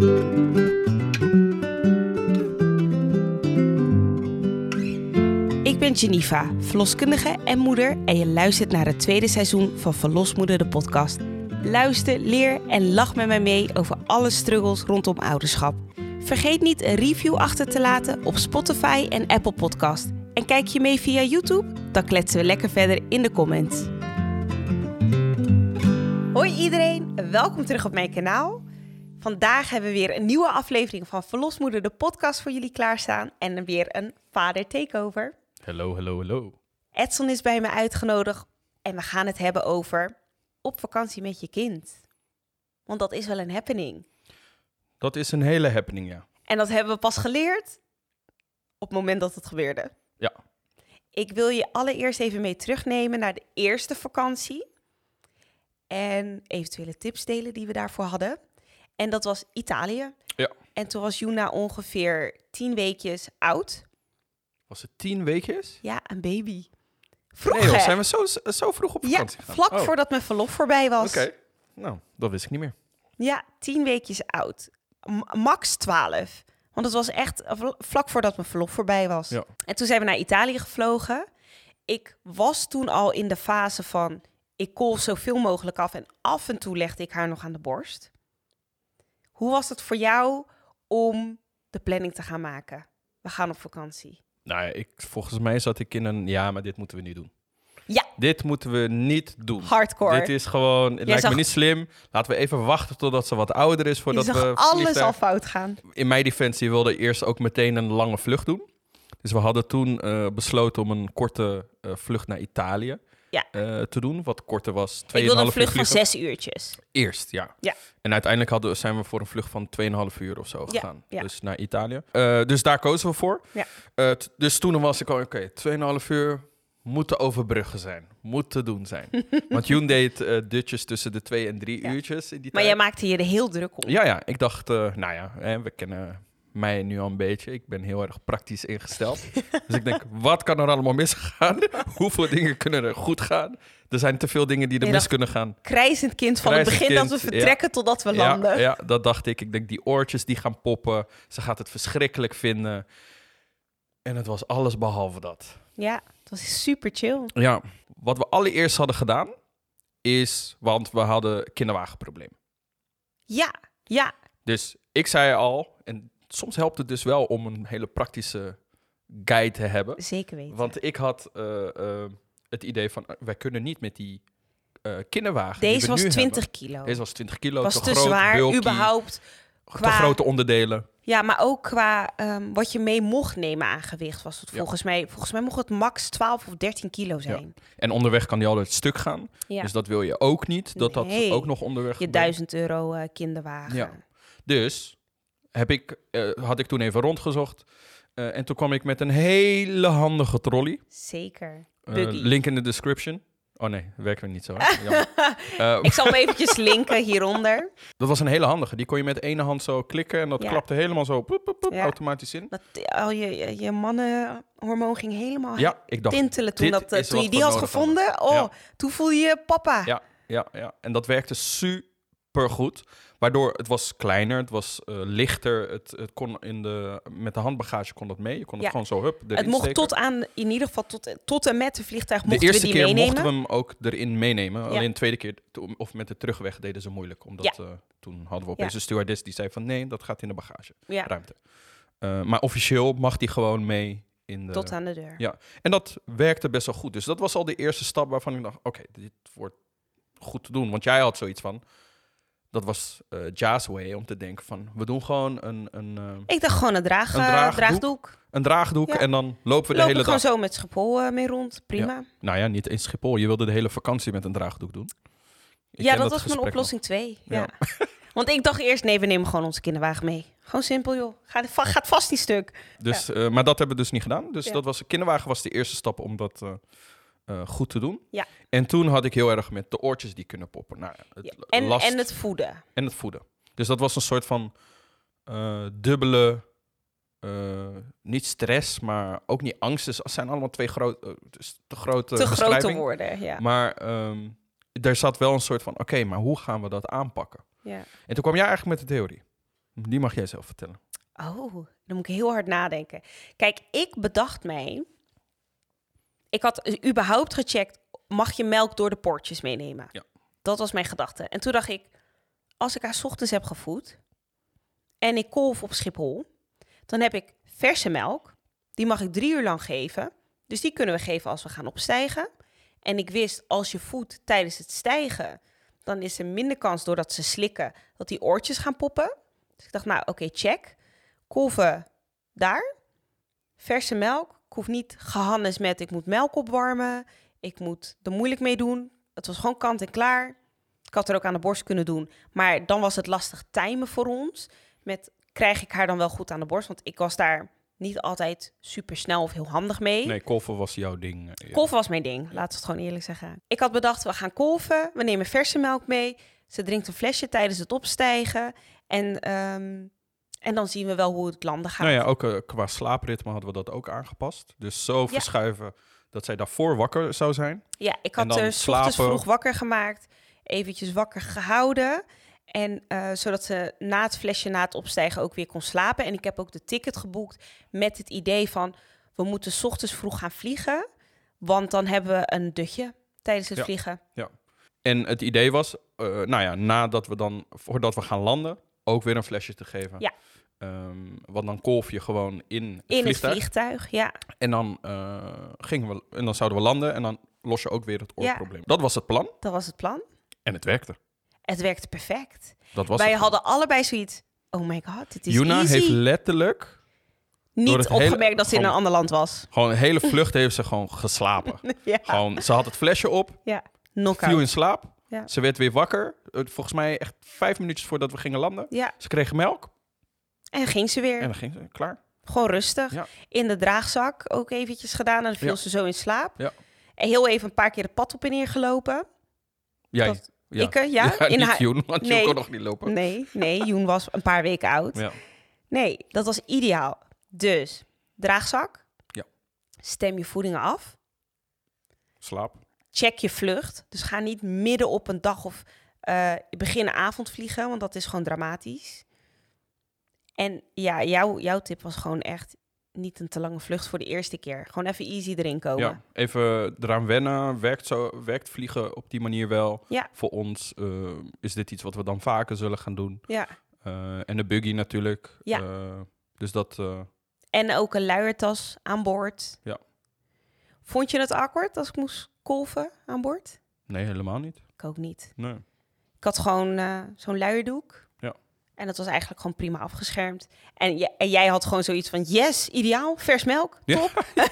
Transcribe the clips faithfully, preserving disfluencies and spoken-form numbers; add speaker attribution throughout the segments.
Speaker 1: Ik ben Geneva, verloskundige en moeder en je luistert naar het tweede seizoen van Verlosmoeder de podcast. Luister, leer en lach met mij mee over alle struggles rondom ouderschap. Vergeet niet een review achter te laten op Spotify en Apple Podcast. En kijk je mee via YouTube? Dan kletsen we lekker verder in de comments. Hoi iedereen, welkom terug op mijn kanaal. Vandaag hebben we weer een nieuwe aflevering van Verlosmoeder de podcast voor jullie klaarstaan. En weer een vader takeover.
Speaker 2: Hallo, hallo, hallo.
Speaker 1: Edson is bij me uitgenodigd en we gaan het hebben over op vakantie met je kind. Want dat is wel een happening.
Speaker 2: Dat is een hele happening, ja.
Speaker 1: En dat hebben we pas geleerd op het moment dat het gebeurde.
Speaker 2: Ja.
Speaker 1: Ik wil je allereerst even mee terugnemen naar de eerste vakantie. En eventuele tips delen die we daarvoor hadden. En dat was Italië.
Speaker 2: Ja.
Speaker 1: En toen was Juna ongeveer tien weekjes oud.
Speaker 2: Was het tien weekjes?
Speaker 1: Ja, een baby. Vroeg,
Speaker 2: Nee joh,
Speaker 1: hè?
Speaker 2: zijn we zo, zo vroeg op vakantie
Speaker 1: Ja,
Speaker 2: gegaan?
Speaker 1: vlak
Speaker 2: Oh.
Speaker 1: voordat mijn verlof voorbij was.
Speaker 2: Oké, nou, dat wist ik niet meer.
Speaker 1: Ja, tien weekjes oud. M- max twaalf. Want het was echt vl- vlak voordat mijn verlof voorbij was.
Speaker 2: Ja.
Speaker 1: En toen zijn we naar Italië gevlogen. Ik was toen al in de fase van... ik kolf zoveel mogelijk af en af en toe legde ik haar nog aan de borst. Hoe was het voor jou om de planning te gaan maken? We gaan op vakantie.
Speaker 2: Nou ja, ik, volgens mij zat ik in een... Ja, maar dit moeten we niet doen.
Speaker 1: Ja.
Speaker 2: Dit moeten we niet doen.
Speaker 1: Hardcore.
Speaker 2: Dit is gewoon... Het
Speaker 1: Jij
Speaker 2: lijkt
Speaker 1: zag-
Speaker 2: me niet slim. Laten we even wachten totdat ze wat ouder is
Speaker 1: Je
Speaker 2: voordat
Speaker 1: zag
Speaker 2: we...
Speaker 1: alles
Speaker 2: vliegtuig-
Speaker 1: al fout gaan.
Speaker 2: In mijn defensie wilde ik eerst ook meteen een lange vlucht doen. Dus we hadden toen uh, besloten om een korte uh, vlucht naar Italië
Speaker 1: Ja.
Speaker 2: uh, te doen. Wat korter was.
Speaker 1: Ik wilde een vlucht van
Speaker 2: vliegen.
Speaker 1: zes uurtjes.
Speaker 2: Eerst, ja.
Speaker 1: Ja.
Speaker 2: En uiteindelijk hadden, zijn we voor een vlucht van twee komma vijf uur of zo gegaan.
Speaker 1: ja.
Speaker 2: Dus naar Italië. Uh, dus daar kozen we voor.
Speaker 1: Ja.
Speaker 2: Uh, t- dus toen was ik al, oké, okay, twee komma vijf uur moet te overbruggen zijn. Moet te doen zijn. Want Joen deed uh, dutjes tussen de twee en drie
Speaker 1: Ja.
Speaker 2: uurtjes in die
Speaker 1: Maar
Speaker 2: tijd.
Speaker 1: jij maakte je er heel druk op.
Speaker 2: Ja, ja. Ik dacht, uh, nou ja, hè, we kennen mij nu al een beetje. Ik ben heel erg praktisch ingesteld. Dus ik denk, wat kan er allemaal misgaan? Hoeveel dingen kunnen er goed gaan? Er zijn te veel dingen die er
Speaker 1: Je
Speaker 2: mis
Speaker 1: dacht,
Speaker 2: kunnen gaan.
Speaker 1: Krijzend kind van het
Speaker 2: Krijzend
Speaker 1: begin
Speaker 2: kind,
Speaker 1: dat we vertrekken totdat we
Speaker 2: Ja,
Speaker 1: landen.
Speaker 2: ja, dat dacht ik. Ik denk, die oortjes die gaan poppen. Ze gaat het verschrikkelijk vinden. En het was alles behalve dat.
Speaker 1: Ja, het was super chill.
Speaker 2: Ja, wat we allereerst hadden gedaan is... Want we hadden kinderwagenprobleem.
Speaker 1: Ja, ja.
Speaker 2: Dus ik zei al... En soms helpt het dus wel om een hele praktische guide te hebben.
Speaker 1: Zeker weten.
Speaker 2: Want ik had uh, uh, het idee van... Uh, wij kunnen niet met die uh, kinderwagen die
Speaker 1: Deze
Speaker 2: we
Speaker 1: was
Speaker 2: nu
Speaker 1: twintig
Speaker 2: hebben.
Speaker 1: kilo.
Speaker 2: Deze was twintig kilo.
Speaker 1: was
Speaker 2: te,
Speaker 1: te
Speaker 2: groot,
Speaker 1: zwaar,
Speaker 2: bulky,
Speaker 1: überhaupt.
Speaker 2: te
Speaker 1: Qua,
Speaker 2: grote onderdelen.
Speaker 1: ja, maar ook qua um, wat je mee mocht nemen aan gewicht was het
Speaker 2: Ja.
Speaker 1: volgens mij. Volgens mij mocht het max twaalf of dertien kilo zijn.
Speaker 2: En onderweg kan die altijd stuk gaan.
Speaker 1: Ja.
Speaker 2: Dus dat wil je ook niet. Dat
Speaker 1: Nee.
Speaker 2: dat ook nog onderweg
Speaker 1: Je
Speaker 2: gebeurt.
Speaker 1: duizend euro uh, kinderwagen.
Speaker 2: Ja. Dus heb ik, uh, had ik toen even rondgezocht. Uh, en toen kwam ik met een hele handige trolley.
Speaker 1: Zeker.
Speaker 2: Uh,
Speaker 1: Buggy.
Speaker 2: link in de description. Oh nee, werken we niet zo. Hè? Jammer. uh,
Speaker 1: Ik zal hem eventjes linken hieronder.
Speaker 2: dat was een hele handige. Die kon je met ene hand zo klikken. En dat
Speaker 1: Ja.
Speaker 2: klapte helemaal zo poep, poep, poep,
Speaker 1: Ja.
Speaker 2: automatisch in.
Speaker 1: Dat, al je, je, je mannenhormoon ging helemaal
Speaker 2: Ja, ik dacht,
Speaker 1: tintelen toen,
Speaker 2: dit
Speaker 1: dat, uh,
Speaker 2: is
Speaker 1: toen je
Speaker 2: wat
Speaker 1: die
Speaker 2: we
Speaker 1: had
Speaker 2: nodig
Speaker 1: gevonden. Oh,
Speaker 2: Ja.
Speaker 1: toen voel je je papa.
Speaker 2: Ja, ja, ja. En dat werkte super goed. Waardoor het was kleiner, het was uh, lichter. Het, het kon in de, met de handbagage kon dat mee. Je kon het
Speaker 1: Ja.
Speaker 2: gewoon zo hup erin
Speaker 1: Het mocht
Speaker 2: steken.
Speaker 1: tot aan, in ieder geval tot, tot en met de vliegtuig
Speaker 2: De
Speaker 1: mochten we
Speaker 2: eerste
Speaker 1: die
Speaker 2: keer
Speaker 1: meenemen.
Speaker 2: mochten we hem ook erin meenemen.
Speaker 1: Ja.
Speaker 2: Alleen de tweede keer, to- of met de terugweg, deden ze moeilijk. Omdat uh, toen hadden we opeens
Speaker 1: Ja.
Speaker 2: een stewardess die zei van... nee, dat gaat in de bagageruimte.
Speaker 1: Ja,
Speaker 2: Uh, maar officieel mag die gewoon mee in de...
Speaker 1: tot aan de deur.
Speaker 2: Ja, en dat werkte best wel goed. Dus dat was al de eerste stap waarvan ik dacht... oké, okay, dit wordt goed te doen. Want jij had zoiets van... dat was uh, Ja's way om te denken van... we doen gewoon een, een, uh,
Speaker 1: Ik dacht gewoon een, draag,
Speaker 2: Een
Speaker 1: uh,
Speaker 2: draagdoek.
Speaker 1: draagdoek.
Speaker 2: een draagdoek
Speaker 1: Ja.
Speaker 2: en dan lopen we
Speaker 1: We
Speaker 2: de hele
Speaker 1: lopen
Speaker 2: dag.
Speaker 1: gewoon zo met Schiphol uh, mee rond. Prima. Ja,
Speaker 2: Nou ja, niet in Schiphol. Je wilde de hele vakantie met een draagdoek doen. Ik
Speaker 1: dat,
Speaker 2: ken
Speaker 1: was mijn
Speaker 2: gesprek
Speaker 1: oplossing twee. Ja.
Speaker 2: Ja.
Speaker 1: Want ik dacht eerst, nee, we nemen gewoon onze kinderwagen mee. Gewoon simpel, joh. Gaat, va- gaat vast niet stuk.
Speaker 2: Dus, uh, maar dat hebben we dus niet gedaan. Dus
Speaker 1: Ja.
Speaker 2: dat was, de kinderwagen was de eerste stap om dat uh, uh, goed te doen.
Speaker 1: Ja.
Speaker 2: En toen had ik heel erg met de oortjes die kunnen poppen. Nou, ja, het
Speaker 1: Ja. En,
Speaker 2: last
Speaker 1: en het voeden.
Speaker 2: en het voeden. Dus dat was een soort van uh, dubbele, uh, niet stress, maar ook niet angst. Dus het zijn allemaal twee grote, uh, dus te grote
Speaker 1: Te grote
Speaker 2: beschrijving.
Speaker 1: woorden, ja.
Speaker 2: Maar um, er zat wel een soort van, oké, okay, maar hoe gaan we dat aanpakken?
Speaker 1: ja.
Speaker 2: En toen kwam jij eigenlijk met de theorie. Die mag jij zelf vertellen.
Speaker 1: Oh, dan moet ik heel hard nadenken. Kijk, ik bedacht mij... Ik had überhaupt gecheckt, mag je melk door de poortjes meenemen?
Speaker 2: Ja.
Speaker 1: Dat was mijn gedachte. En toen dacht ik, als ik haar 's ochtends heb gevoed en ik kolf op Schiphol, dan heb ik verse melk. Die mag ik drie uur lang geven. Dus die kunnen we geven als we gaan opstijgen. En ik wist, als je voedt tijdens het stijgen, dan is er minder kans doordat ze slikken dat die oortjes gaan poppen. Dus ik dacht, nou oké, okay, check. Kolven daar. Verse melk. Ik hoef niet gehannes met, ik moet melk opwarmen. Ik moet er moeilijk mee doen. Het was gewoon kant en klaar. Ik had er ook aan de borst kunnen doen. Maar dan was het lastig timen voor ons. Met, krijg ik haar dan wel goed aan de borst? Want ik was daar niet altijd super snel of heel handig mee.
Speaker 2: Nee, kolven was jouw ding. Ja.
Speaker 1: Kolven was mijn ding, laten we het gewoon eerlijk zeggen. Ik had bedacht, we gaan kolven. We nemen verse melk mee. Ze drinkt een flesje tijdens het opstijgen. En... Um, En dan zien we wel hoe het landen gaat.
Speaker 2: Nou ja, ook uh, qua slaapritme hadden we dat ook aangepast. Dus zo verschuiven ja. dat zij daarvoor wakker zou zijn.
Speaker 1: Ja, ik had er 's ochtends vroeg wakker gemaakt. Eventjes wakker gehouden. En uh, zodat ze na het flesje, na het opstijgen ook weer kon slapen. En ik heb ook de ticket geboekt met het idee van... we moeten 's ochtends vroeg gaan vliegen. Want dan hebben we een dutje tijdens het
Speaker 2: ja.
Speaker 1: vliegen.
Speaker 2: Ja. En het idee was, uh, nou ja, nadat we dan, voordat we gaan landen... ook weer een flesje te geven.
Speaker 1: Ja.
Speaker 2: Um, want dan kolf je gewoon in het
Speaker 1: in
Speaker 2: vliegtuig.
Speaker 1: het vliegtuig, ja.
Speaker 2: En dan, uh, gingen we, en dan zouden we landen en dan los je ook weer het oorprobleem. Ja. Dat was het plan.
Speaker 1: Dat was het plan.
Speaker 2: En het werkte.
Speaker 1: Het werkte perfect.
Speaker 2: Dat was
Speaker 1: Wij
Speaker 2: het
Speaker 1: hadden allebei zoiets... Oh my god, het is
Speaker 2: Juna
Speaker 1: easy.
Speaker 2: heeft letterlijk...
Speaker 1: Niet opgemerkt hele, dat ze in een ander land was.
Speaker 2: Gewoon een hele vlucht heeft ze gewoon geslapen.
Speaker 1: ja.
Speaker 2: Gewoon, ze had het flesje op.
Speaker 1: Ja, knock-out.
Speaker 2: Viel in slaap.
Speaker 1: Ja.
Speaker 2: Ze werd weer wakker. Volgens mij echt vijf minuutjes voordat we gingen landen.
Speaker 1: Ja.
Speaker 2: Ze kreeg melk.
Speaker 1: En ging ze weer.
Speaker 2: En dan ging ze, klaar.
Speaker 1: Gewoon rustig. Ja. In de draagzak ook eventjes gedaan. En dan viel ja. ze zo in slaap.
Speaker 2: Ja.
Speaker 1: En heel even een paar keer het pad op en neer gelopen.
Speaker 2: Jij?
Speaker 1: Dat,
Speaker 2: ja.
Speaker 1: Ik, ja.
Speaker 2: ja
Speaker 1: in
Speaker 2: niet
Speaker 1: haar...
Speaker 2: Joen, want
Speaker 1: nee.
Speaker 2: Joen kon nog niet lopen.
Speaker 1: Nee, nee, Joen was een paar weken oud.
Speaker 2: Ja.
Speaker 1: Nee, dat was ideaal. Dus, draagzak.
Speaker 2: Ja.
Speaker 1: Stem je voedingen af.
Speaker 2: Slaap.
Speaker 1: Check je vlucht. Dus ga niet midden op een dag of uh, beginnen avond vliegen, want dat is gewoon dramatisch. En ja, jou, jouw tip was gewoon echt niet een te lange vlucht voor de eerste keer. Gewoon even easy erin komen.
Speaker 2: Ja, even eraan wennen. Werkt, zo, werkt vliegen op die manier wel?
Speaker 1: Ja.
Speaker 2: Voor ons uh, is dit iets wat we dan vaker zullen gaan doen.
Speaker 1: Ja.
Speaker 2: Uh, en de buggy natuurlijk.
Speaker 1: Ja.
Speaker 2: Uh, dus dat... Uh...
Speaker 1: En ook een luiertas aan boord.
Speaker 2: Ja.
Speaker 1: Vond je het awkward als ik moest kolven aan boord?
Speaker 2: Nee, helemaal niet.
Speaker 1: Ik ook niet.
Speaker 2: Nee.
Speaker 1: Ik had gewoon uh, zo'n luierdoek.
Speaker 2: Ja.
Speaker 1: En dat was eigenlijk gewoon prima afgeschermd. En, j- en jij had gewoon zoiets van, yes, ideaal, vers melk, top. Ja.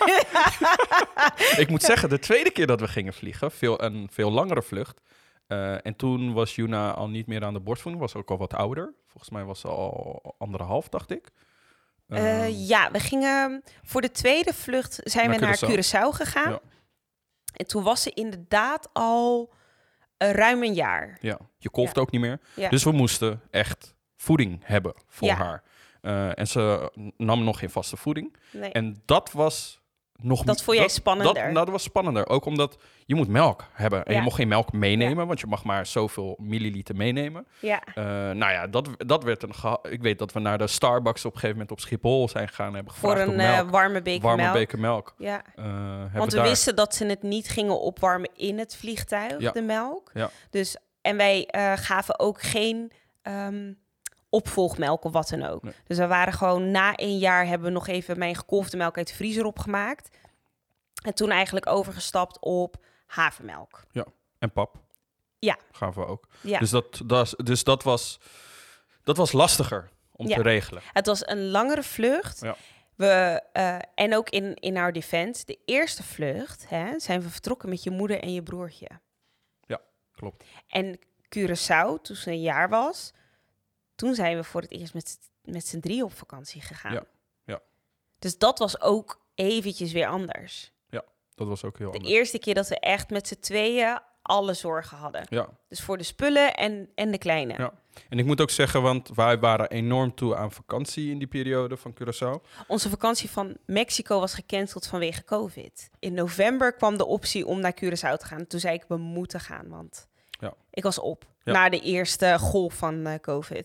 Speaker 2: Ik moet zeggen, de tweede keer dat we gingen vliegen, veel, een veel langere vlucht. Uh, en toen was Juna al niet meer aan de borstvoeding, was ook al wat ouder. Volgens mij was ze al anderhalf, dacht ik.
Speaker 1: Uh, uh, ja, we gingen voor de tweede vlucht zijn naar we naar Curaçao, Curaçao gegaan. Ja. En toen was ze inderdaad al uh, ruim een jaar.
Speaker 2: Ja, je kolft
Speaker 1: ja.
Speaker 2: ook niet meer.
Speaker 1: Ja.
Speaker 2: Dus we moesten echt voeding hebben voor
Speaker 1: ja.
Speaker 2: haar. Uh, en ze nam nog geen vaste voeding.
Speaker 1: Nee.
Speaker 2: En dat was nog...
Speaker 1: Dat vond jij
Speaker 2: dat,
Speaker 1: spannender?
Speaker 2: Dat, nou, dat was spannender. Ook omdat je moet melk hebben. En
Speaker 1: ja.
Speaker 2: je mocht geen melk meenemen,
Speaker 1: ja.
Speaker 2: want je mag maar zoveel milliliter meenemen.
Speaker 1: Ja.
Speaker 2: Uh, nou ja, dat, dat werd een... Geha- ik weet dat we naar de Starbucks op een gegeven moment op Schiphol zijn gegaan en hebben gevraagd
Speaker 1: voor een
Speaker 2: om melk.
Speaker 1: Uh, warme beker
Speaker 2: warme
Speaker 1: melk.
Speaker 2: beker melk.
Speaker 1: Ja.
Speaker 2: Uh,
Speaker 1: want we
Speaker 2: daar...
Speaker 1: wisten dat ze het niet gingen opwarmen in het vliegtuig,
Speaker 2: ja.
Speaker 1: de melk.
Speaker 2: Ja.
Speaker 1: Dus, en wij uh, gaven ook geen... Um, opvolgmelk of wat dan ook. Nee. Dus we waren gewoon na een jaar hebben we nog even mijn gekolfde melk uit de vriezer opgemaakt. En toen eigenlijk overgestapt op havermelk.
Speaker 2: Ja, en pap.
Speaker 1: Ja.
Speaker 2: Gaven we ook.
Speaker 1: Ja.
Speaker 2: Dus, dat, dat, dus dat, was, dat was lastiger om ja. te regelen.
Speaker 1: Het was een langere vlucht.
Speaker 2: Ja.
Speaker 1: We, uh, en ook in, in our defense, de eerste vlucht hè, zijn we vertrokken met je moeder en je broertje.
Speaker 2: Ja, klopt.
Speaker 1: En Curaçao, toen ze een jaar was... Toen zijn we voor het eerst met, met z'n drie op vakantie gegaan.
Speaker 2: Ja, ja.
Speaker 1: Dus dat was ook eventjes weer anders.
Speaker 2: Ja, dat was ook heel
Speaker 1: de
Speaker 2: anders.
Speaker 1: De eerste keer dat we echt met z'n tweeën alle zorgen hadden.
Speaker 2: Ja.
Speaker 1: Dus voor de spullen en, en de kleine.
Speaker 2: Ja. En ik moet ook zeggen, want wij waren enorm toe aan vakantie in die periode van Curaçao.
Speaker 1: Onze vakantie van Mexico was gecanceld vanwege COVID. In november kwam de optie om naar Curaçao te gaan. Toen zei ik, we moeten gaan, want...
Speaker 2: Ja.
Speaker 1: Ik was op,
Speaker 2: ja.
Speaker 1: na de eerste golf van uh, COVID.
Speaker 2: Ja,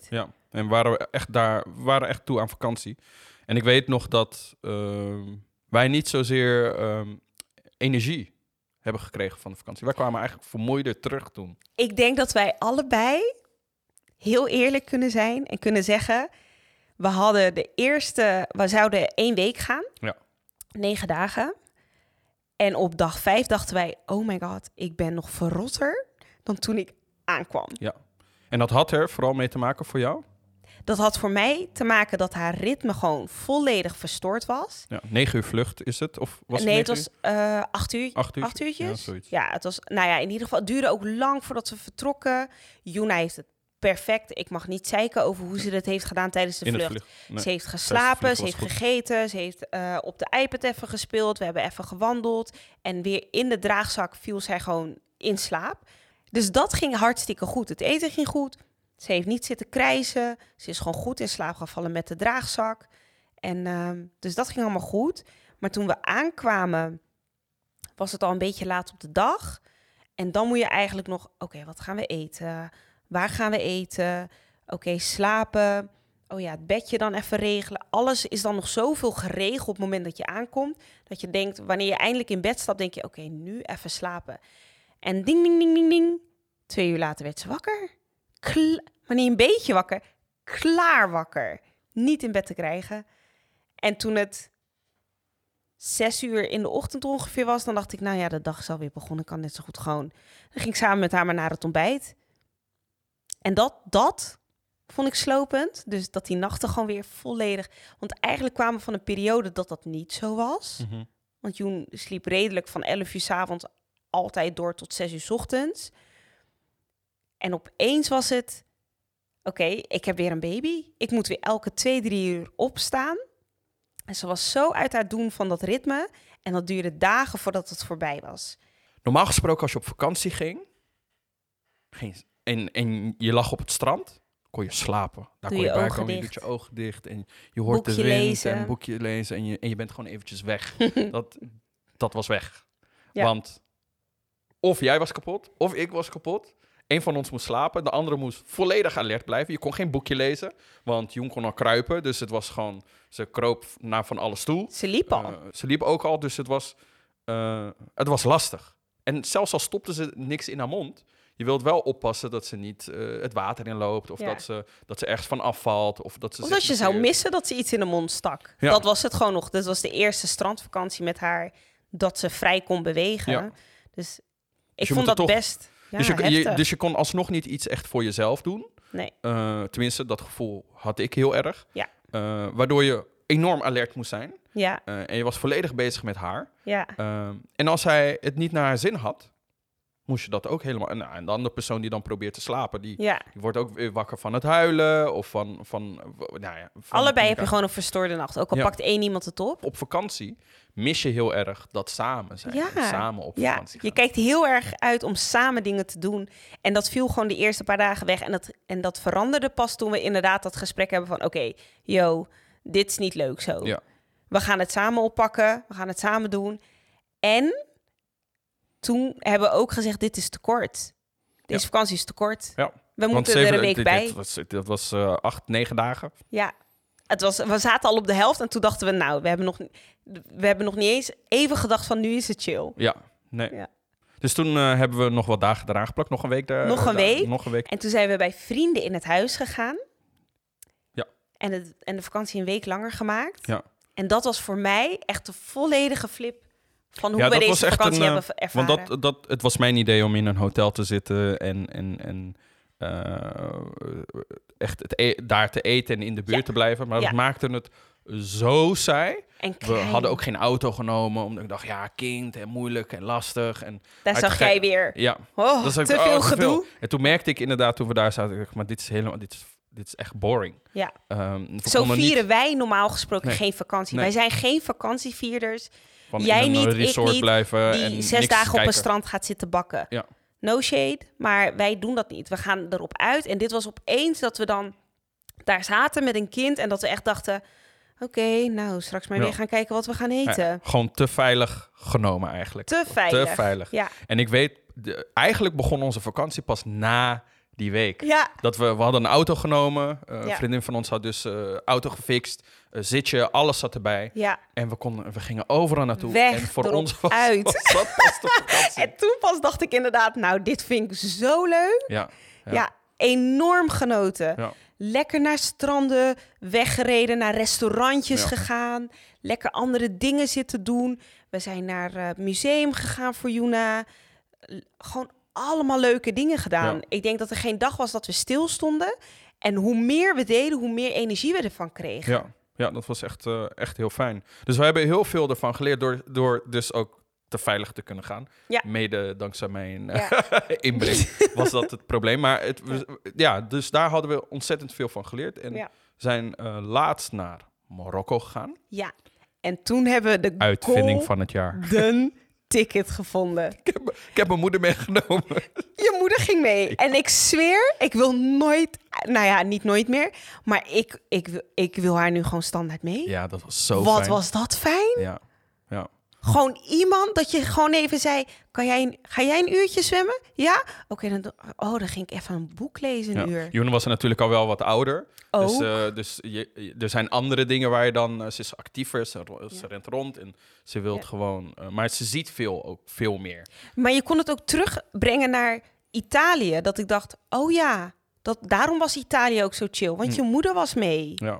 Speaker 2: En we waren echt daar, we waren echt toe aan vakantie. En ik weet nog dat uh, wij niet zozeer um, energie hebben gekregen van de vakantie. Wij kwamen eigenlijk vermoeider terug toen.
Speaker 1: Ik denk dat wij allebei heel eerlijk kunnen zijn en kunnen zeggen... We hadden de eerste... We zouden één week gaan.
Speaker 2: Ja.
Speaker 1: Negen dagen. En op dag vijf dachten wij... Oh my god, ik ben nog verrotter dan toen ik aankwam.
Speaker 2: Ja. En dat had er vooral mee te maken voor jou?
Speaker 1: Dat had voor mij te maken dat haar ritme gewoon volledig verstoord was.
Speaker 2: Ja, negen uur vlucht is het? Of was
Speaker 1: nee,
Speaker 2: het,
Speaker 1: het was uh, acht uur.
Speaker 2: Acht, uur?
Speaker 1: acht uurtjes.
Speaker 2: Ja, zoiets.
Speaker 1: Ja, het was... Nou ja, in ieder geval... Het duurde ook lang voordat we vertrokken. Juna heeft het perfect. Ik mag niet zeiken over hoe ze dat heeft gedaan tijdens de
Speaker 2: In
Speaker 1: vlucht.
Speaker 2: vlucht. Nee.
Speaker 1: Ze heeft geslapen, ze heeft
Speaker 2: goed.
Speaker 1: gegeten, ze heeft uh, op de iPad even gespeeld. We hebben even gewandeld. En weer in de draagzak viel zij gewoon in slaap. Dus dat ging hartstikke goed. Het eten ging goed. Ze heeft niet zitten krijsen. Ze is gewoon goed in slaap gevallen met de draagzak. En uh, dus dat ging allemaal goed. Maar toen we aankwamen, was het al een beetje laat op de dag. En dan moet je eigenlijk nog... Oké, okay, wat gaan we eten? Waar gaan we eten? Oké, okay, slapen. Oh ja, het bedje dan even regelen. Alles is dan nog zoveel geregeld op het moment dat je aankomt. Dat je denkt, wanneer je eindelijk in bed stapt, denk je... Oké, okay, nu even slapen. En ding, ding, ding, ding, ding. Twee uur later werd ze wakker. Kla- maar niet een beetje wakker. Klaar wakker. Niet in bed te krijgen. En toen het zes uur in de ochtend ongeveer was... dan dacht ik, nou ja, de dag is alweer begonnen. Ik kan net zo goed gewoon... Dan ging ik samen met haar maar naar het ontbijt. En dat, dat vond ik slopend. Dus dat die nachten gewoon weer volledig... Want eigenlijk kwamen we van een periode dat dat niet zo was.
Speaker 2: Mm-hmm.
Speaker 1: Want Joen sliep redelijk van elf uur 's avonds altijd door tot zes uur 's ochtends. En opeens was het... Oké, okay, ik heb weer een baby. Ik moet weer elke twee, drie uur opstaan. En ze was zo uit haar doen van dat ritme. En dat duurde dagen voordat het voorbij was.
Speaker 2: Normaal gesproken, als je op vakantie ging... ging en, en je lag op het strand, kon je slapen. Daar
Speaker 1: Doe
Speaker 2: kon je,
Speaker 1: je
Speaker 2: bij
Speaker 1: ogen
Speaker 2: komen, je
Speaker 1: dicht.
Speaker 2: doet je ogen dicht. En je hoort
Speaker 1: Boekje
Speaker 2: de wind
Speaker 1: lezen.
Speaker 2: en een boekje lezen. En je, en je bent gewoon eventjes weg. dat, dat was weg.
Speaker 1: Ja.
Speaker 2: Want of jij was kapot, of ik was kapot. Eén van ons moest slapen, de andere moest volledig alert blijven. Je kon geen boekje lezen, want Joen kon al kruipen. Dus het was gewoon, ze kroop naar van alles toe.
Speaker 1: Ze liep al.
Speaker 2: Uh, ze liep ook al, dus het was, uh, het was lastig. En zelfs al stopte ze niks in haar mond... Je wilt wel oppassen dat ze niet uh, het water inloopt... of ja. dat, ze, dat ze ergens van afvalt. Of dat, ze
Speaker 1: of dat je zou missen dat ze iets in de mond stak. Ja. Dat was het gewoon nog. Dat was de eerste strandvakantie met haar... dat ze vrij kon bewegen. Ja. Dus ik dus vond dat toch best ja,
Speaker 2: dus, je,
Speaker 1: je,
Speaker 2: dus je kon alsnog niet iets echt voor jezelf doen?
Speaker 1: Nee.
Speaker 2: Uh, tenminste, dat gevoel had ik heel erg.
Speaker 1: Ja.
Speaker 2: Uh, waardoor je enorm alert moest zijn.
Speaker 1: Ja.
Speaker 2: Uh, en je was volledig bezig met haar.
Speaker 1: Ja.
Speaker 2: Uh, en als hij het niet naar haar zin had... moest je dat ook helemaal... Nou, en de andere persoon die dan probeert te slapen... die,
Speaker 1: ja.
Speaker 2: die wordt ook weer wakker van het huilen... of van... van nou ja, van
Speaker 1: allebei heb je gewoon een verstoorde nacht. Ook al ja. pakt één iemand het op.
Speaker 2: Op vakantie mis je heel erg dat samen zijn.
Speaker 1: Ja.
Speaker 2: Samen op
Speaker 1: ja.
Speaker 2: vakantie gaan.
Speaker 1: Je kijkt heel erg uit om samen dingen te doen. En dat viel gewoon de eerste paar dagen weg. En dat, en dat veranderde pas toen we inderdaad dat gesprek hebben van... oké, okay, yo, dit is niet leuk zo.
Speaker 2: Ja.
Speaker 1: We gaan het samen oppakken. We gaan het samen doen. En... Toen hebben we ook gezegd, dit is te kort. Deze ja. vakantie is te kort.
Speaker 2: Ja.
Speaker 1: We moeten zeven, er een week
Speaker 2: dit,
Speaker 1: bij.
Speaker 2: Dit was, dat was uh, acht, negen dagen.
Speaker 1: Ja, het was, we zaten al op de helft en toen dachten we... nou, we hebben nog, we hebben nog niet eens even gedacht van nu is het chill.
Speaker 2: Ja, nee. Ja. Dus toen uh, hebben we nog wat dagen eraan geplakt. Nog een week daar.
Speaker 1: Nog een,
Speaker 2: daar,
Speaker 1: week.
Speaker 2: nog een week.
Speaker 1: En toen zijn we bij vrienden in het huis gegaan.
Speaker 2: Ja.
Speaker 1: En, het, en de vakantie een week langer gemaakt.
Speaker 2: Ja.
Speaker 1: En dat was voor mij echt een volledige flip... van hoe
Speaker 2: ja,
Speaker 1: wij deze
Speaker 2: was echt
Speaker 1: vakantie
Speaker 2: een,
Speaker 1: hebben ervaren.
Speaker 2: Want dat, dat, het was mijn idee om in een hotel te zitten en, en, en uh, echt het e- daar te eten en in de buurt ja. te blijven. Maar ja. dat maakte het zo saai.
Speaker 1: En
Speaker 2: we hadden ook geen auto genomen, omdat ik dacht, ja, kind en moeilijk en lastig. En
Speaker 1: daar zag jij weer.
Speaker 2: Ja.
Speaker 1: Oh,
Speaker 2: dat
Speaker 1: te ik, veel
Speaker 2: oh,
Speaker 1: gedoe. Veel.
Speaker 2: En toen merkte ik inderdaad, toen we daar zaten, maar dit is helemaal... Dit is, Dit is echt boring.
Speaker 1: Ja.
Speaker 2: Um,
Speaker 1: Zo vieren
Speaker 2: niet...
Speaker 1: wij normaal gesproken
Speaker 2: nee.
Speaker 1: geen vakantie.
Speaker 2: Nee.
Speaker 1: Wij zijn geen vakantievierders.
Speaker 2: Van
Speaker 1: Jij
Speaker 2: in een
Speaker 1: niet,
Speaker 2: resort
Speaker 1: ik niet,
Speaker 2: blijven
Speaker 1: die
Speaker 2: en
Speaker 1: zes
Speaker 2: niks
Speaker 1: dagen
Speaker 2: kijken.
Speaker 1: op een strand gaat zitten bakken.
Speaker 2: Ja.
Speaker 1: No shade, maar wij doen dat niet. We gaan erop uit. En dit was opeens dat we dan daar zaten met een kind... en dat we echt dachten... oké, okay, nou, straks maar ja. weer gaan kijken wat we gaan eten.
Speaker 2: Ja, gewoon te veilig genomen eigenlijk.
Speaker 1: Te veilig.
Speaker 2: Te veilig.
Speaker 1: Ja.
Speaker 2: En ik weet, de, eigenlijk begon onze vakantie pas na die week.
Speaker 1: Ja.
Speaker 2: Dat we, we hadden een auto genomen. Uh,
Speaker 1: Ja.
Speaker 2: Een vriendin van ons had dus uh, auto gefixt. Uh, zitje, alles zat erbij.
Speaker 1: Ja.
Speaker 2: En we, konden, we gingen overal naartoe.
Speaker 1: Weg,
Speaker 2: en voor
Speaker 1: erop,
Speaker 2: ons was,
Speaker 1: uit.
Speaker 2: was dat pas de vakantie.
Speaker 1: En toen pas dacht ik inderdaad, nou, dit vind ik zo leuk.
Speaker 2: Ja,
Speaker 1: Ja,
Speaker 2: ja.
Speaker 1: enorm genoten.
Speaker 2: Ja.
Speaker 1: Lekker naar stranden, weggereden, naar restaurantjes
Speaker 2: Ja.
Speaker 1: gegaan. Lekker andere dingen zitten doen. We zijn naar het museum gegaan voor Juna. L- Gewoon allemaal leuke dingen gedaan.
Speaker 2: Ja.
Speaker 1: Ik denk dat er geen dag was dat we stilstonden. En hoe meer we deden, hoe meer energie we ervan kregen.
Speaker 2: Ja, ja, dat was echt, uh, echt heel fijn. Dus we hebben heel veel ervan geleerd door, door dus ook te veilig te kunnen gaan.
Speaker 1: Ja.
Speaker 2: Mede dankzij mijn
Speaker 1: Ja.
Speaker 2: inbreng was dat het probleem. Maar het, we- ja, dus daar hadden we ontzettend veel van geleerd. En
Speaker 1: Ja.
Speaker 2: zijn uh, laatst naar Marokko gegaan.
Speaker 1: Ja. En toen hebben we de
Speaker 2: Uitvinding van het jaar.
Speaker 1: golden ticket gevonden.
Speaker 2: Ik heb, ik heb mijn moeder meegenomen.
Speaker 1: Je moeder ging mee. En ik zweer, ik wil nooit... Nou ja, niet nooit meer. Maar ik, ik, wil- ik wil haar nu gewoon standaard mee.
Speaker 2: Ja, dat was zo
Speaker 1: Wat
Speaker 2: fijn.
Speaker 1: was dat fijn?
Speaker 2: Ja, ja.
Speaker 1: Gewoon iemand dat je gewoon even zei... Kan jij een, ga jij een uurtje zwemmen? Ja? Oké, dan, do- oh, dan ging ik even een boek lezen, een
Speaker 2: Ja.
Speaker 1: uur.
Speaker 2: Joen was er natuurlijk al wel wat ouder.
Speaker 1: Ook.
Speaker 2: Dus, uh, dus je, je- er zijn andere dingen waar je dan... uh, ze is actiever, ze, ro- ze
Speaker 1: Ja.
Speaker 2: rent rond en ze wil
Speaker 1: Ja.
Speaker 2: gewoon... uh, maar ze ziet veel, ook veel meer.
Speaker 1: Maar je kon het ook terugbrengen naar Italië. Dat ik dacht, oh ja, dat, daarom was Italië ook zo chill. Want
Speaker 2: Hm.
Speaker 1: je moeder was mee.
Speaker 2: Ja,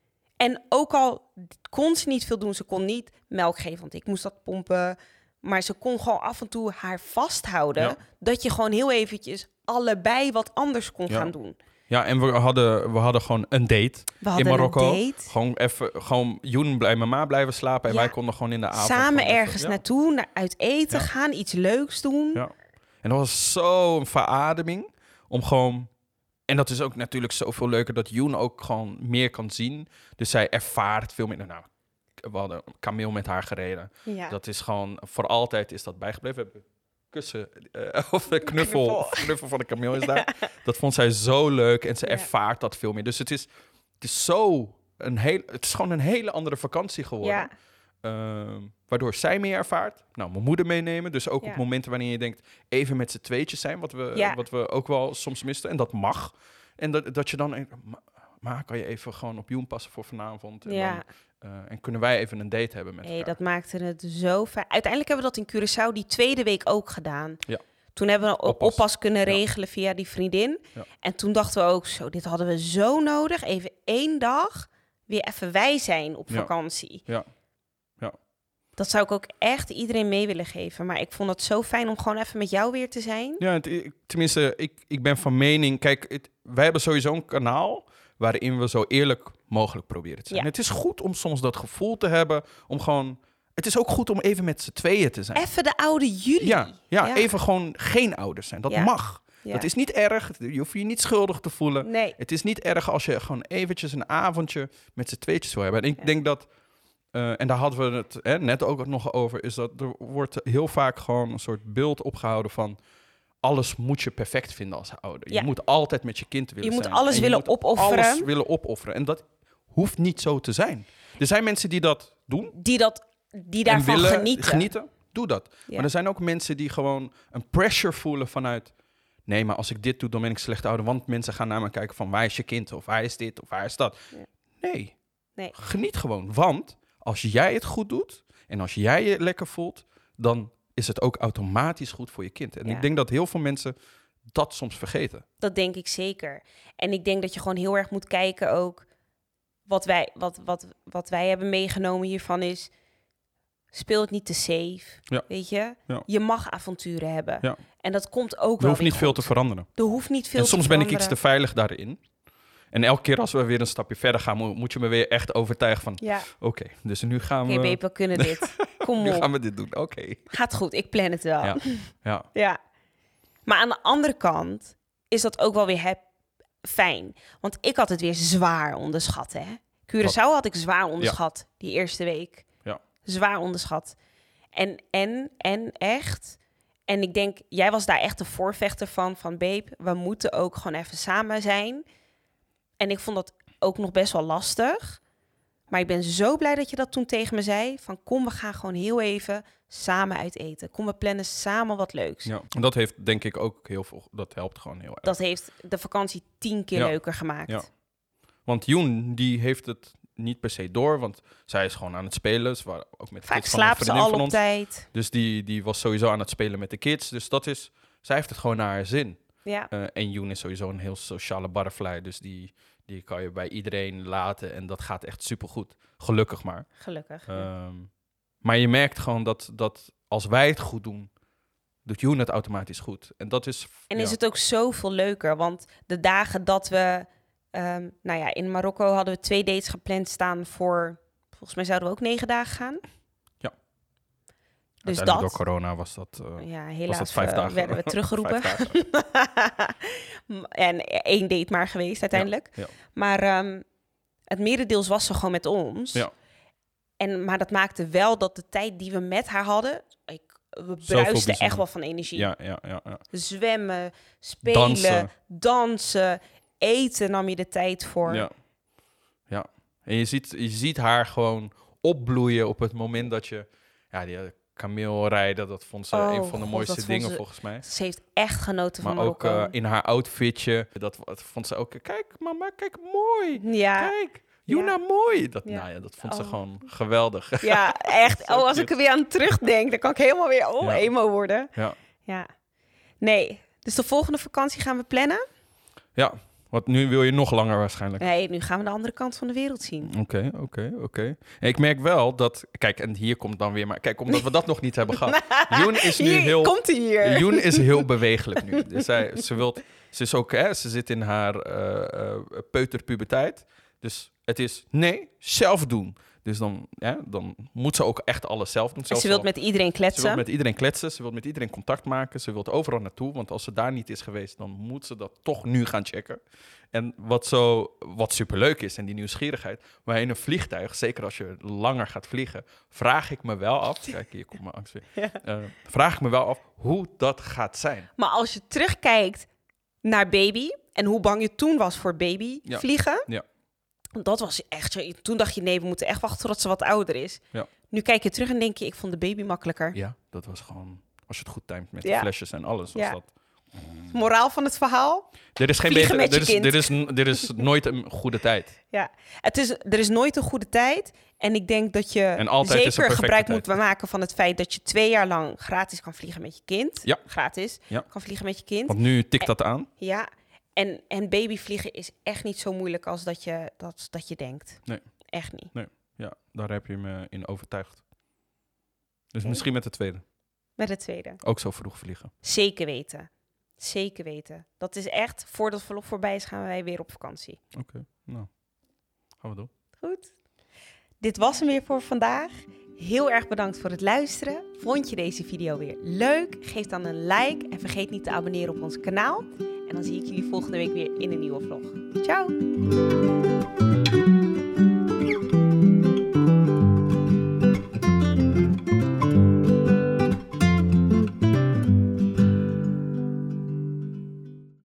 Speaker 1: En ook al kon ze niet veel doen, ze kon niet melk geven, want ik moest dat pompen. Maar ze kon gewoon af en toe haar vasthouden.
Speaker 2: Ja.
Speaker 1: Dat je gewoon heel eventjes allebei wat anders kon
Speaker 2: Ja.
Speaker 1: gaan doen.
Speaker 2: ja en we hadden, we hadden gewoon een date
Speaker 1: We hadden
Speaker 2: in Marokko.
Speaker 1: een date.
Speaker 2: Gewoon even, gewoon Joen bij mama blijven slapen. En
Speaker 1: Ja.
Speaker 2: wij konden gewoon in de avond...
Speaker 1: Samen
Speaker 2: gewoon even-
Speaker 1: ergens
Speaker 2: ja.
Speaker 1: naartoe, naar, uit eten
Speaker 2: Ja.
Speaker 1: gaan, iets leuks doen.
Speaker 2: Ja. En dat was zo'n verademing om gewoon... En dat is ook natuurlijk zoveel leuker dat Joen ook gewoon meer kan zien. Dus zij ervaart veel meer. Nou, we hadden een kameel met haar gereden.
Speaker 1: Ja.
Speaker 2: Dat is gewoon, voor altijd is dat bijgebleven. We hebben kussen, uh, of de knuffel,
Speaker 1: Knuffel.
Speaker 2: knuffel van de kameel is daar. Dat vond zij zo leuk en ze
Speaker 1: Ja.
Speaker 2: ervaart dat veel meer. Dus het is, het is zo een heel, het is gewoon een hele andere vakantie geworden.
Speaker 1: Ja.
Speaker 2: Ehm, waardoor zij meer ervaart. Nou, mijn moeder meenemen. Dus ook
Speaker 1: Ja.
Speaker 2: op momenten wanneer je denkt... even met z'n tweetjes zijn, wat we,
Speaker 1: Ja.
Speaker 2: wat we ook wel soms misten. En dat mag. En dat, dat je dan... denkt, "Ma- Ma, kan je even gewoon op Joen passen voor vanavond? En,
Speaker 1: Ja.
Speaker 2: dan, eh, en kunnen wij even een date hebben met
Speaker 1: Nee,
Speaker 2: elkaar?
Speaker 1: dat maakte het zo fijn. Uiteindelijk hebben we dat in Curaçao die tweede week ook gedaan.
Speaker 2: Ja.
Speaker 1: Toen hebben we een
Speaker 2: Oppas.
Speaker 1: oppas kunnen regelen via die vriendin.
Speaker 2: Ja.
Speaker 1: En toen dachten we ook zo, dit hadden we zo nodig. Even één dag weer even wij zijn op
Speaker 2: Ja.
Speaker 1: vakantie.
Speaker 2: Ja. Ja.
Speaker 1: Dat zou ik ook echt iedereen mee willen geven. Maar ik vond het zo fijn om gewoon even met jou weer te zijn.
Speaker 2: Ja, het, ik- tenminste, ik, ik ben van mening... Kijk, het, wij hebben sowieso een kanaal... waarin we zo eerlijk mogelijk proberen te zijn.
Speaker 1: Ja.
Speaker 2: Het is goed om soms dat gevoel te hebben... om gewoon... Het is ook goed om even met z'n tweeën te zijn.
Speaker 1: Even de oude jullie.
Speaker 2: Ja, ja,
Speaker 1: Ja.
Speaker 2: even gewoon geen ouders zijn. Dat
Speaker 1: Ja.
Speaker 2: mag.
Speaker 1: Ja.
Speaker 2: Dat is niet erg. Je hoeft je niet schuldig te voelen.
Speaker 1: Nee.
Speaker 2: Het is niet erg als je gewoon eventjes een avondje met z'n tweetjes wil hebben. En ik
Speaker 1: Ja.
Speaker 2: denk dat, uh, en daar hadden we het hè, net ook nog over, is dat er wordt heel vaak gewoon een soort beeld opgehouden van alles moet je perfect vinden als ouder.
Speaker 1: Ja.
Speaker 2: Je moet altijd met je kind willen
Speaker 1: Je moet
Speaker 2: zijn.
Speaker 1: alles
Speaker 2: En
Speaker 1: willen
Speaker 2: moet
Speaker 1: opofferen.
Speaker 2: Alles willen opofferen. En dat hoeft niet zo te zijn. Er zijn mensen die dat doen.
Speaker 1: Die, dat, die
Speaker 2: en
Speaker 1: daarvan
Speaker 2: willen
Speaker 1: genieten.
Speaker 2: genieten. Doe dat.
Speaker 1: Ja.
Speaker 2: Maar er zijn ook mensen die gewoon een pressure voelen vanuit... nee, maar als ik dit doe, dan ben ik slecht ouder. Want mensen gaan naar me kijken van... waar is je kind? Of waar is dit? Of waar is dat?
Speaker 1: Ja.
Speaker 2: Nee.
Speaker 1: Nee.
Speaker 2: Geniet gewoon. Want als jij het goed doet... en als jij je lekker voelt... dan is het ook automatisch goed voor je kind. En
Speaker 1: Ja.
Speaker 2: ik denk dat heel veel mensen dat soms vergeten.
Speaker 1: Dat denk ik zeker. En ik denk dat je gewoon heel erg moet kijken ook... wat wij, wat, wat, wat wij hebben meegenomen hiervan is... speel het niet te safe,
Speaker 2: Ja.
Speaker 1: weet je?
Speaker 2: Ja.
Speaker 1: Je mag avonturen hebben.
Speaker 2: Ja.
Speaker 1: En dat komt ook
Speaker 2: Er
Speaker 1: wel
Speaker 2: hoeft niet
Speaker 1: weer
Speaker 2: veel
Speaker 1: goed.
Speaker 2: te veranderen.
Speaker 1: Er hoeft niet veel
Speaker 2: En
Speaker 1: te
Speaker 2: soms ben ik iets te
Speaker 1: veranderen.
Speaker 2: veilig daarin. En elke keer als we weer een stapje verder gaan... mo- moet je me weer echt overtuigen van...
Speaker 1: Ja,
Speaker 2: oké, dus nu gaan
Speaker 1: oké,
Speaker 2: we...
Speaker 1: babe, we kunnen dit. Kom
Speaker 2: nu
Speaker 1: op.
Speaker 2: gaan we dit doen, oké.
Speaker 1: Gaat goed, ik plan het wel.
Speaker 2: Ja, ja.
Speaker 1: Ja. Maar aan de andere kant is dat ook wel weer hep- fijn. Want ik had het weer zwaar onderschat, hè. Curaçao had ik zwaar onderschat, die eerste week.
Speaker 2: Ja.
Speaker 1: Zwaar onderschat. En, en, en echt... En ik denk, jij was daar echt de voorvechter van, van babe, we moeten ook gewoon even samen zijn. En ik vond dat ook nog best wel lastig. Maar ik ben zo blij dat je dat toen tegen me zei. Van kom, we gaan gewoon heel even samen uit eten. Kom, we plannen samen wat leuks.
Speaker 2: Ja, en dat heeft denk ik ook heel veel... Dat helpt gewoon heel erg.
Speaker 1: Dat heeft de vakantie tien keer
Speaker 2: Ja.
Speaker 1: leuker gemaakt.
Speaker 2: Ja. Want Joen, die heeft het niet per se door. Want zij is gewoon aan het spelen. Ze waren ook met de
Speaker 1: Vaak
Speaker 2: kids van een
Speaker 1: slaapt ze
Speaker 2: vriendin
Speaker 1: al
Speaker 2: van
Speaker 1: op
Speaker 2: ons.
Speaker 1: tijd.
Speaker 2: Dus die, die was sowieso aan het spelen met de kids. Dus dat is... Zij heeft het gewoon naar haar zin.
Speaker 1: Ja.
Speaker 2: Uh, en Joen is sowieso een heel sociale butterfly. Dus die, die kan je bij iedereen laten. En dat gaat echt supergoed. Gelukkig maar.
Speaker 1: Gelukkig. Ja.
Speaker 2: Um, maar je merkt gewoon dat, dat als wij het goed doen, doet Joen het automatisch goed. En dat is...
Speaker 1: En
Speaker 2: ja.
Speaker 1: is het ook zoveel leuker. Want de dagen dat we... Um, nou ja, in Marokko hadden we twee dates gepland staan voor... Volgens mij zouden we ook negen dagen gaan.
Speaker 2: Ja.
Speaker 1: Dus dat...
Speaker 2: Door corona was dat... Uh,
Speaker 1: ja, helaas
Speaker 2: was dat vijf dagen.
Speaker 1: werden we teruggeroepen. En één date maar geweest uiteindelijk.
Speaker 2: Ja, ja.
Speaker 1: Maar um, het merendeels was ze gewoon met ons.
Speaker 2: Ja.
Speaker 1: En, maar dat maakte wel dat de tijd die we met haar hadden... Ik, we bruisten echt wel van energie.
Speaker 2: Ja, ja, ja, ja.
Speaker 1: Zwemmen, spelen, dansen. dansen, eten nam je de tijd voor.
Speaker 2: Ja, ja. En je ziet, je ziet haar gewoon opbloeien op het moment dat je... Ja, die kameelrijden, dat vond ze
Speaker 1: oh,
Speaker 2: een van de
Speaker 1: God,
Speaker 2: mooiste dingen
Speaker 1: ze,
Speaker 2: volgens mij.
Speaker 1: Ze heeft echt genoten
Speaker 2: maar
Speaker 1: van Marokko.
Speaker 2: Maar ook uh, in haar outfitje, dat, dat vond ze ook... Kijk mama, kijk mooi.
Speaker 1: Ja.
Speaker 2: Kijk. Juna, ja. mooi. Dat,
Speaker 1: ja.
Speaker 2: Nou ja, dat vond
Speaker 1: oh.
Speaker 2: ze gewoon geweldig.
Speaker 1: Ja, echt. Oh, als ik er weer aan terugdenk, dan kan ik helemaal weer oh,
Speaker 2: ja.
Speaker 1: emo worden.
Speaker 2: Ja.
Speaker 1: ja. Nee, dus de volgende vakantie gaan we plannen?
Speaker 2: Ja, want nu wil je nog langer waarschijnlijk.
Speaker 1: Nee, nu gaan we de andere kant van de wereld zien.
Speaker 2: Oké, okay, oké, okay, oké. Okay. Ik merk wel dat... Kijk, en hier komt dan weer maar... Kijk, omdat we dat nog niet hebben gehad. Joen is nu
Speaker 1: hier,
Speaker 2: heel...
Speaker 1: Komt hier.
Speaker 2: Joen is heel bewegelijk nu. Dus zij, ze wilt... Ze is ook... Hè, ze zit in haar uh, uh, peuterpuberteit. Dus het is... Nee, zelf doen. Dus dan, ja, dan moet ze ook echt alles zelf doen.
Speaker 1: En ze wil met iedereen kletsen.
Speaker 2: Ze wil met iedereen kletsen. Ze wil met iedereen contact maken. Ze wil overal naartoe. Want als ze daar niet is geweest, dan moet ze dat toch nu gaan checken. En wat, zo, wat superleuk is, en die nieuwsgierigheid. Maar in een vliegtuig, zeker als je langer gaat vliegen, vraag ik me wel af... Kijk, hier komt mijn angst weer. Ja. Uh, vraag ik me wel af hoe dat gaat zijn.
Speaker 1: Maar als je terugkijkt naar baby en hoe bang je toen was voor baby
Speaker 2: ja.
Speaker 1: vliegen...
Speaker 2: Ja.
Speaker 1: Dat was echt... Toen dacht je, nee, we moeten echt wachten tot ze wat ouder is.
Speaker 2: Ja.
Speaker 1: Nu kijk je terug en denk je, ik vond de baby makkelijker.
Speaker 2: Ja, dat was gewoon... Als je het goed timed met
Speaker 1: ja.
Speaker 2: de flesjes en alles, was
Speaker 1: ja.
Speaker 2: dat...
Speaker 1: Moraal van het verhaal?
Speaker 2: Er is geen betere... Er is, er, is, er is nooit een goede tijd.
Speaker 1: Ja, het is, er is nooit een goede tijd. En ik denk dat je zeker gebruik tijd. moet maken van het feit dat je twee jaar lang gratis kan vliegen met je kind.
Speaker 2: Ja.
Speaker 1: Gratis
Speaker 2: ja.
Speaker 1: kan vliegen met je kind.
Speaker 2: Want nu tikt dat aan.
Speaker 1: En, ja, en, en babyvliegen is echt niet zo moeilijk als dat je, dat, dat je denkt.
Speaker 2: Nee.
Speaker 1: Echt niet.
Speaker 2: Nee, ja, daar heb je me in overtuigd. Dus okay. misschien met de tweede.
Speaker 1: Met de tweede.
Speaker 2: Ook zo vroeg vliegen.
Speaker 1: Zeker weten. Zeker weten. Dat is echt, voordat verlof voorbij is, gaan wij weer op vakantie.
Speaker 2: Oké, okay. nou, gaan we doen.
Speaker 1: Goed. Dit was hem weer voor vandaag. Heel erg bedankt voor het luisteren. Vond je deze video weer leuk? Geef dan een like en vergeet niet te abonneren op ons kanaal. En dan zie ik jullie volgende week weer in een nieuwe vlog. Ciao!